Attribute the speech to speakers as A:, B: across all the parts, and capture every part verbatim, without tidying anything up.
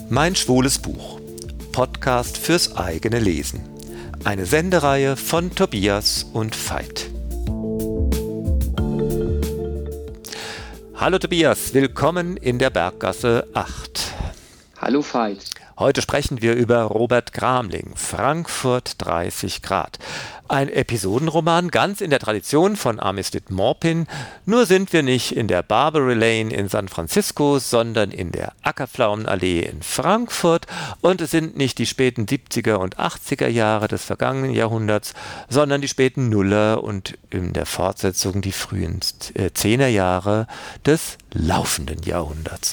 A: Mein schwules Buch. Podcast fürs eigene Lesen. Eine Sendereihe von Tobias und Veit. Hallo Tobias, willkommen in der Berggasse acht.
B: Hallo Veit.
A: Heute sprechen wir über Robert Gramling, Frankfurt dreißig Grad. Ein Episodenroman ganz in der Tradition von Armistead Maupin, nur sind wir nicht in der Barbary Lane in San Francisco, sondern in der Ackerpflaumenallee in Frankfurt, und es sind nicht die späten siebziger und achtziger Jahre des vergangenen Jahrhunderts, sondern die späten Nuller und in der Fortsetzung die frühen Zehner Jahre des laufenden Jahrhunderts.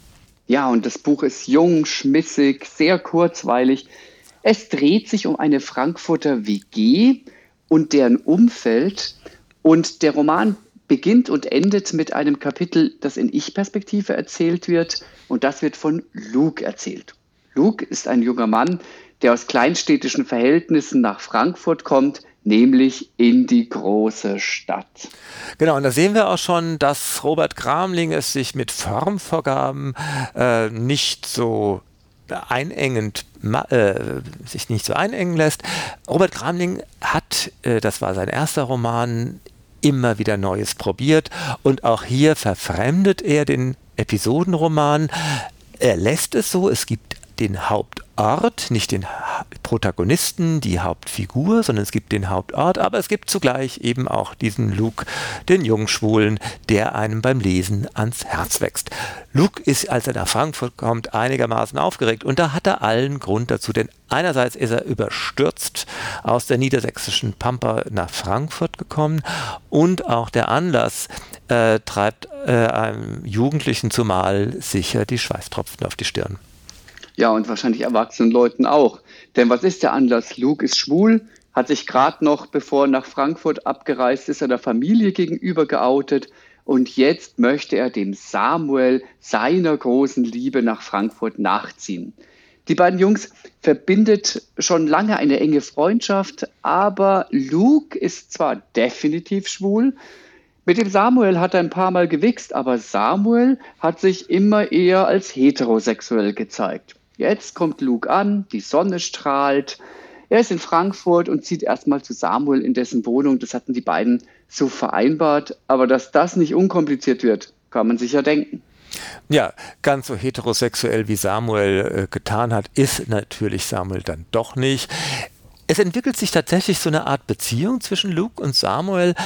B: Ja, und das Buch ist jung, schmissig, sehr kurzweilig. Es dreht sich um eine Frankfurter W G und deren Umfeld. Und der Roman beginnt und endet mit einem Kapitel, das in Ich-Perspektive erzählt wird. Und das wird von Luke erzählt. Luke ist ein junger Mann, der aus kleinstädtischen Verhältnissen nach Frankfurt kommt, nämlich in die große Stadt.
A: Genau, und da sehen wir auch schon, dass Robert Gramling es sich mit Formvorgaben äh, nicht so einengend, äh, sich nicht so einengen lässt. Robert Gramling hat, äh, das war sein erster Roman, immer wieder Neues probiert, und auch hier verfremdet er den Episodenroman. Er lässt es so, es gibt den Hauptort, nicht den Protagonisten, die Hauptfigur, sondern es gibt den Hauptort, aber es gibt zugleich eben auch diesen Luke, den Jungschwulen, der einem beim Lesen ans Herz wächst. Luke ist, als er nach Frankfurt kommt, einigermaßen aufgeregt, und da hat er allen Grund dazu, denn einerseits ist er überstürzt aus der niedersächsischen Pampa nach Frankfurt gekommen, und auch der Anlass äh, treibt äh, einem Jugendlichen zumal sicher die Schweißtropfen auf die Stirn.
B: Ja, und wahrscheinlich erwachsenen Leuten auch. Denn was ist der Anlass? Luke ist schwul, hat sich gerade noch, bevor er nach Frankfurt abgereist ist, seiner Familie gegenüber geoutet. Und jetzt möchte er dem Samuel seiner großen Liebe nach Frankfurt nachziehen. Die beiden Jungs verbindet schon lange eine enge Freundschaft, aber Luke ist zwar definitiv schwul, mit dem Samuel hat er ein paar Mal gewichst, aber Samuel hat sich immer eher als heterosexuell gezeigt. Jetzt kommt Luke an, die Sonne strahlt, er ist in Frankfurt und zieht erstmal zu Samuel in dessen Wohnung. Das hatten die beiden so vereinbart, aber dass das nicht unkompliziert wird, kann man sich ja denken.
A: Ja, ganz so heterosexuell wie Samuel äh, getan hat, ist natürlich Samuel dann doch nicht. Es entwickelt sich tatsächlich so eine Art Beziehung zwischen Luke und Samuel,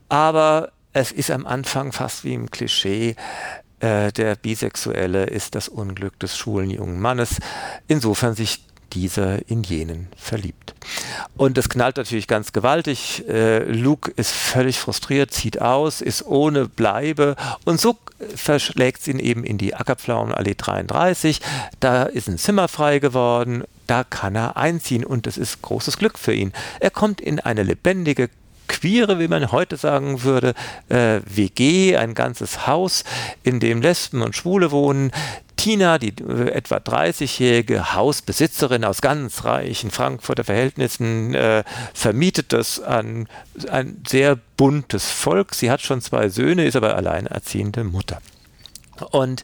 A: aber es ist am Anfang fast wie im Klischee, äh, der Bisexuelle ist das Unglück des schwulen jungen Mannes, insofern sich dieser in jenen verliebt. Und es knallt natürlich ganz gewaltig. Äh, Luke ist völlig frustriert, zieht aus, ist ohne Bleibe, und so verschlägt es ihn eben in die Ackerpflaumenallee dreiunddreißig. Da ist ein Zimmer frei geworden, da kann er einziehen, und das ist großes Glück für ihn. Er kommt in eine lebendige, queere, wie man heute sagen würde, äh, W G, ein ganzes Haus, in dem Lesben und Schwule wohnen. Tina, die äh, etwa dreißigjährige Hausbesitzerin aus ganz reichen Frankfurter Verhältnissen, äh, vermietet das an ein sehr buntes Volk. Sie hat schon zwei Söhne, ist aber alleinerziehende Mutter. Und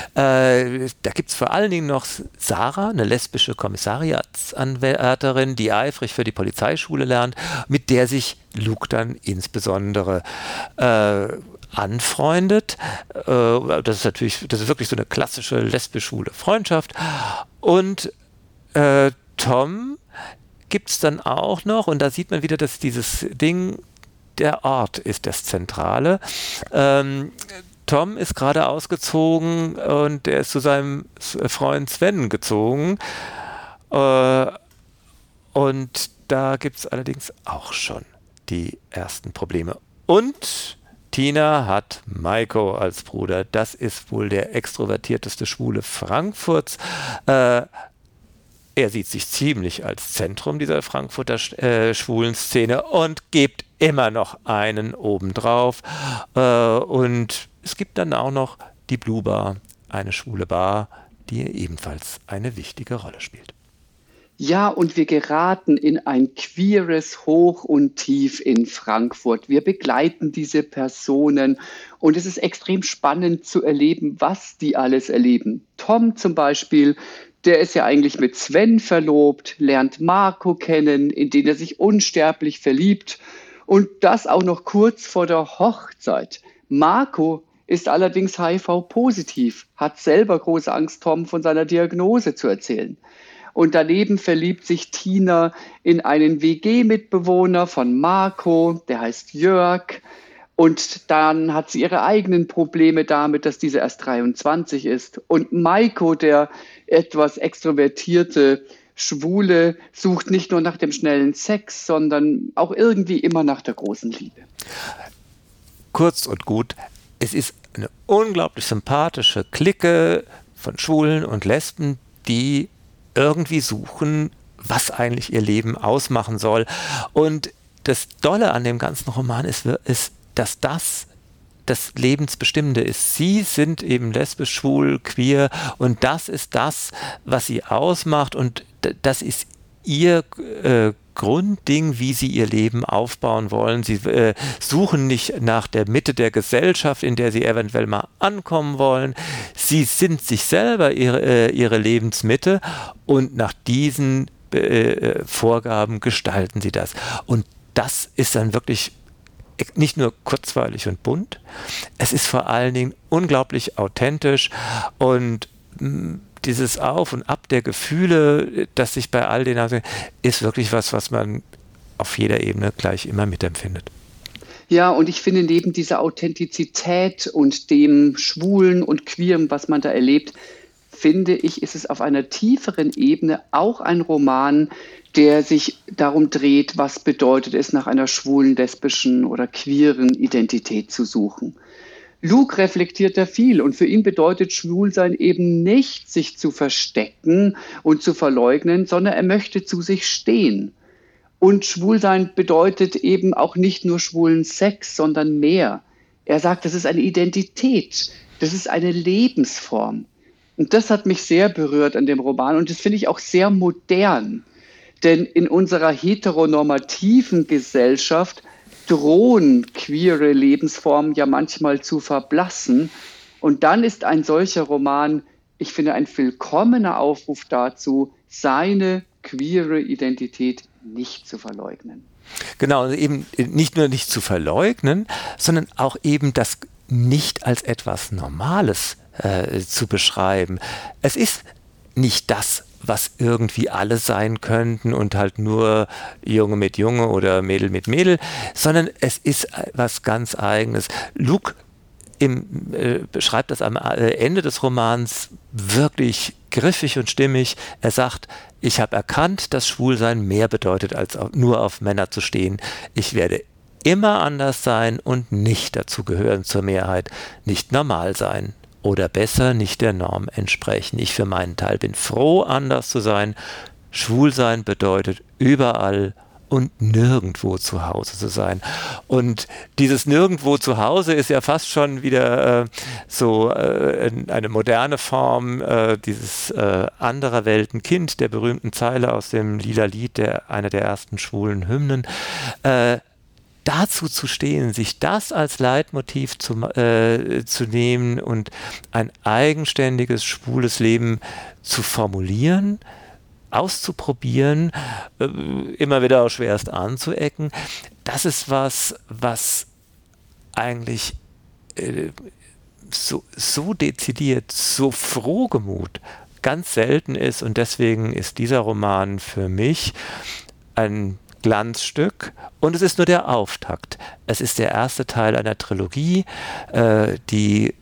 A: äh, da gibt es vor allen Dingen noch Sarah, eine lesbische Kommissariatsanwärterin, die eifrig für die Polizeischule lernt, mit der sich Luke dann insbesondere äh, anfreundet. Äh, das ist natürlich, das ist wirklich so eine klassische lesbisch-schwule Freundschaft. Und äh, Tom gibt es dann auch noch, und da sieht man wieder, dass dieses Ding, der Ort ist das Zentrale. Ähm, Tom ist gerade ausgezogen, und er ist zu seinem Freund Sven gezogen. Äh, und da gibt es allerdings auch schon die ersten Probleme. Und Tina hat Maiko als Bruder. Das ist wohl der extrovertierteste Schwule Frankfurts. Äh, er sieht sich ziemlich als Zentrum dieser Frankfurter äh, schwulen Szene und gibt immer noch einen obendrauf. Äh, und es gibt dann auch noch die Blue Bar, eine schwule Bar, die ebenfalls eine wichtige Rolle spielt.
B: Ja, und wir geraten in ein queeres Hoch und Tief in Frankfurt. Wir begleiten diese Personen und es ist extrem spannend zu erleben, was die alles erleben. Tom zum Beispiel, Der ist ja eigentlich mit Sven verlobt, lernt Marco kennen, in den er sich unsterblich verliebt. Und das auch noch kurz vor der Hochzeit. Marco ist allerdings H I V-positiv, hat selber große Angst, Tom von seiner Diagnose zu erzählen. Und daneben verliebt sich Tina in einen W G-Mitbewohner von Marco, der heißt Jörg. Und dann hat sie ihre eigenen Probleme damit, dass dieser erst dreiundzwanzig ist. Und Maiko, der etwas extrovertierte Schwule, sucht nicht nur nach dem schnellen Sex, sondern auch irgendwie immer nach der großen Liebe.
A: Kurz und gut, es ist eine unglaublich sympathische Clique von Schwulen und Lesben, die irgendwie suchen, was eigentlich ihr Leben ausmachen soll. Und das Dolle an dem ganzen Roman ist, ist dass das das Lebensbestimmende ist. Sie sind eben lesbisch, schwul, queer und das ist das, was sie ausmacht und das ist ihr äh, Grundding, wie sie ihr Leben aufbauen wollen. Sie äh, suchen nicht nach der Mitte der Gesellschaft, in der sie eventuell mal ankommen wollen. Sie sind sich selber ihre, äh, ihre Lebensmitte und nach diesen äh, Vorgaben gestalten sie das. Und das ist dann wirklich nicht nur kurzweilig und bunt, es ist vor allen Dingen unglaublich authentisch und mh, dieses Auf und Ab der Gefühle, das sich bei all denen ist wirklich was, was man auf jeder Ebene gleich immer mitempfindet.
B: Ja, und ich finde, neben dieser Authentizität und dem Schwulen und Queeren, was man da erlebt, finde ich, ist es auf einer tieferen Ebene auch ein Roman, der sich darum dreht, was bedeutet es, nach einer schwulen, lesbischen oder queeren Identität zu suchen. Luke reflektiert da viel und für ihn bedeutet Schwulsein eben nicht, sich zu verstecken und zu verleugnen, sondern er möchte zu sich stehen. Und Schwulsein bedeutet eben auch nicht nur schwulen Sex, sondern mehr. Er sagt, das ist eine Identität, das ist eine Lebensform. Und das hat mich sehr berührt an dem Roman und das finde ich auch sehr modern. Denn in unserer heteronormativen Gesellschaft drohen queere Lebensformen ja manchmal zu verblassen. Und dann ist ein solcher Roman, ich finde, ein willkommener Aufruf dazu, seine queere Identität nicht zu verleugnen.
A: Genau, also eben nicht nur nicht zu verleugnen, sondern auch eben das nicht als etwas Normales äh, zu beschreiben. Es ist nicht das, was irgendwie alle sein könnten und halt nur Junge mit Junge oder Mädel mit Mädel, sondern es ist was ganz Eigenes. Luke im, äh, beschreibt das am Ende des Romans wirklich griffig und stimmig. Er sagt, ich habe erkannt, dass Schwulsein mehr bedeutet, als nur auf Männer zu stehen. Ich werde immer anders sein und nicht dazu gehören zur Mehrheit, nicht normal sein. Oder besser nicht der Norm entsprechen. Ich für meinen Teil bin froh, anders zu sein. Schwulsein bedeutet überall und nirgendwo zu Hause zu sein. Und dieses nirgendwo zu Hause ist ja fast schon wieder äh, so äh, eine moderne Form äh, dieses äh, anderer Welten Kind, der berühmten Zeile aus dem Lila Lied, der einer der ersten schwulen Hymnen. Äh, Dazu zu stehen, sich das als Leitmotiv zu, äh, zu nehmen und ein eigenständiges, schwules Leben zu formulieren, auszuprobieren, äh, immer wieder auch schwerst anzuecken, das ist was, was eigentlich äh, so, so dezidiert, so frohgemut ganz selten ist und deswegen ist dieser Roman für mich ein Glanzstück und es ist nur der Auftakt. Es ist der erste Teil einer Trilogie, äh, die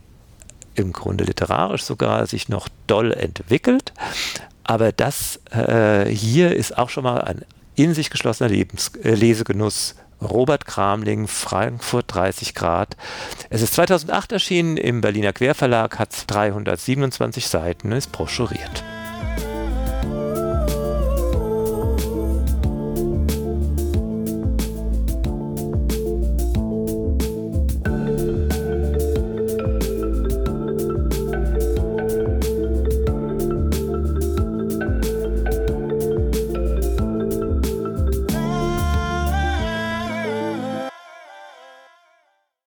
A: im Grunde literarisch sogar sich noch doll entwickelt, aber das äh, hier ist auch schon mal ein in sich geschlossener Lebens äh, Lesegenuss. Robert Kramling, Frankfurt dreißig Grad. Es ist zweitausendacht erschienen im Berliner Querverlag, hat dreihundertsiebenundzwanzig Seiten, ist broschuriert.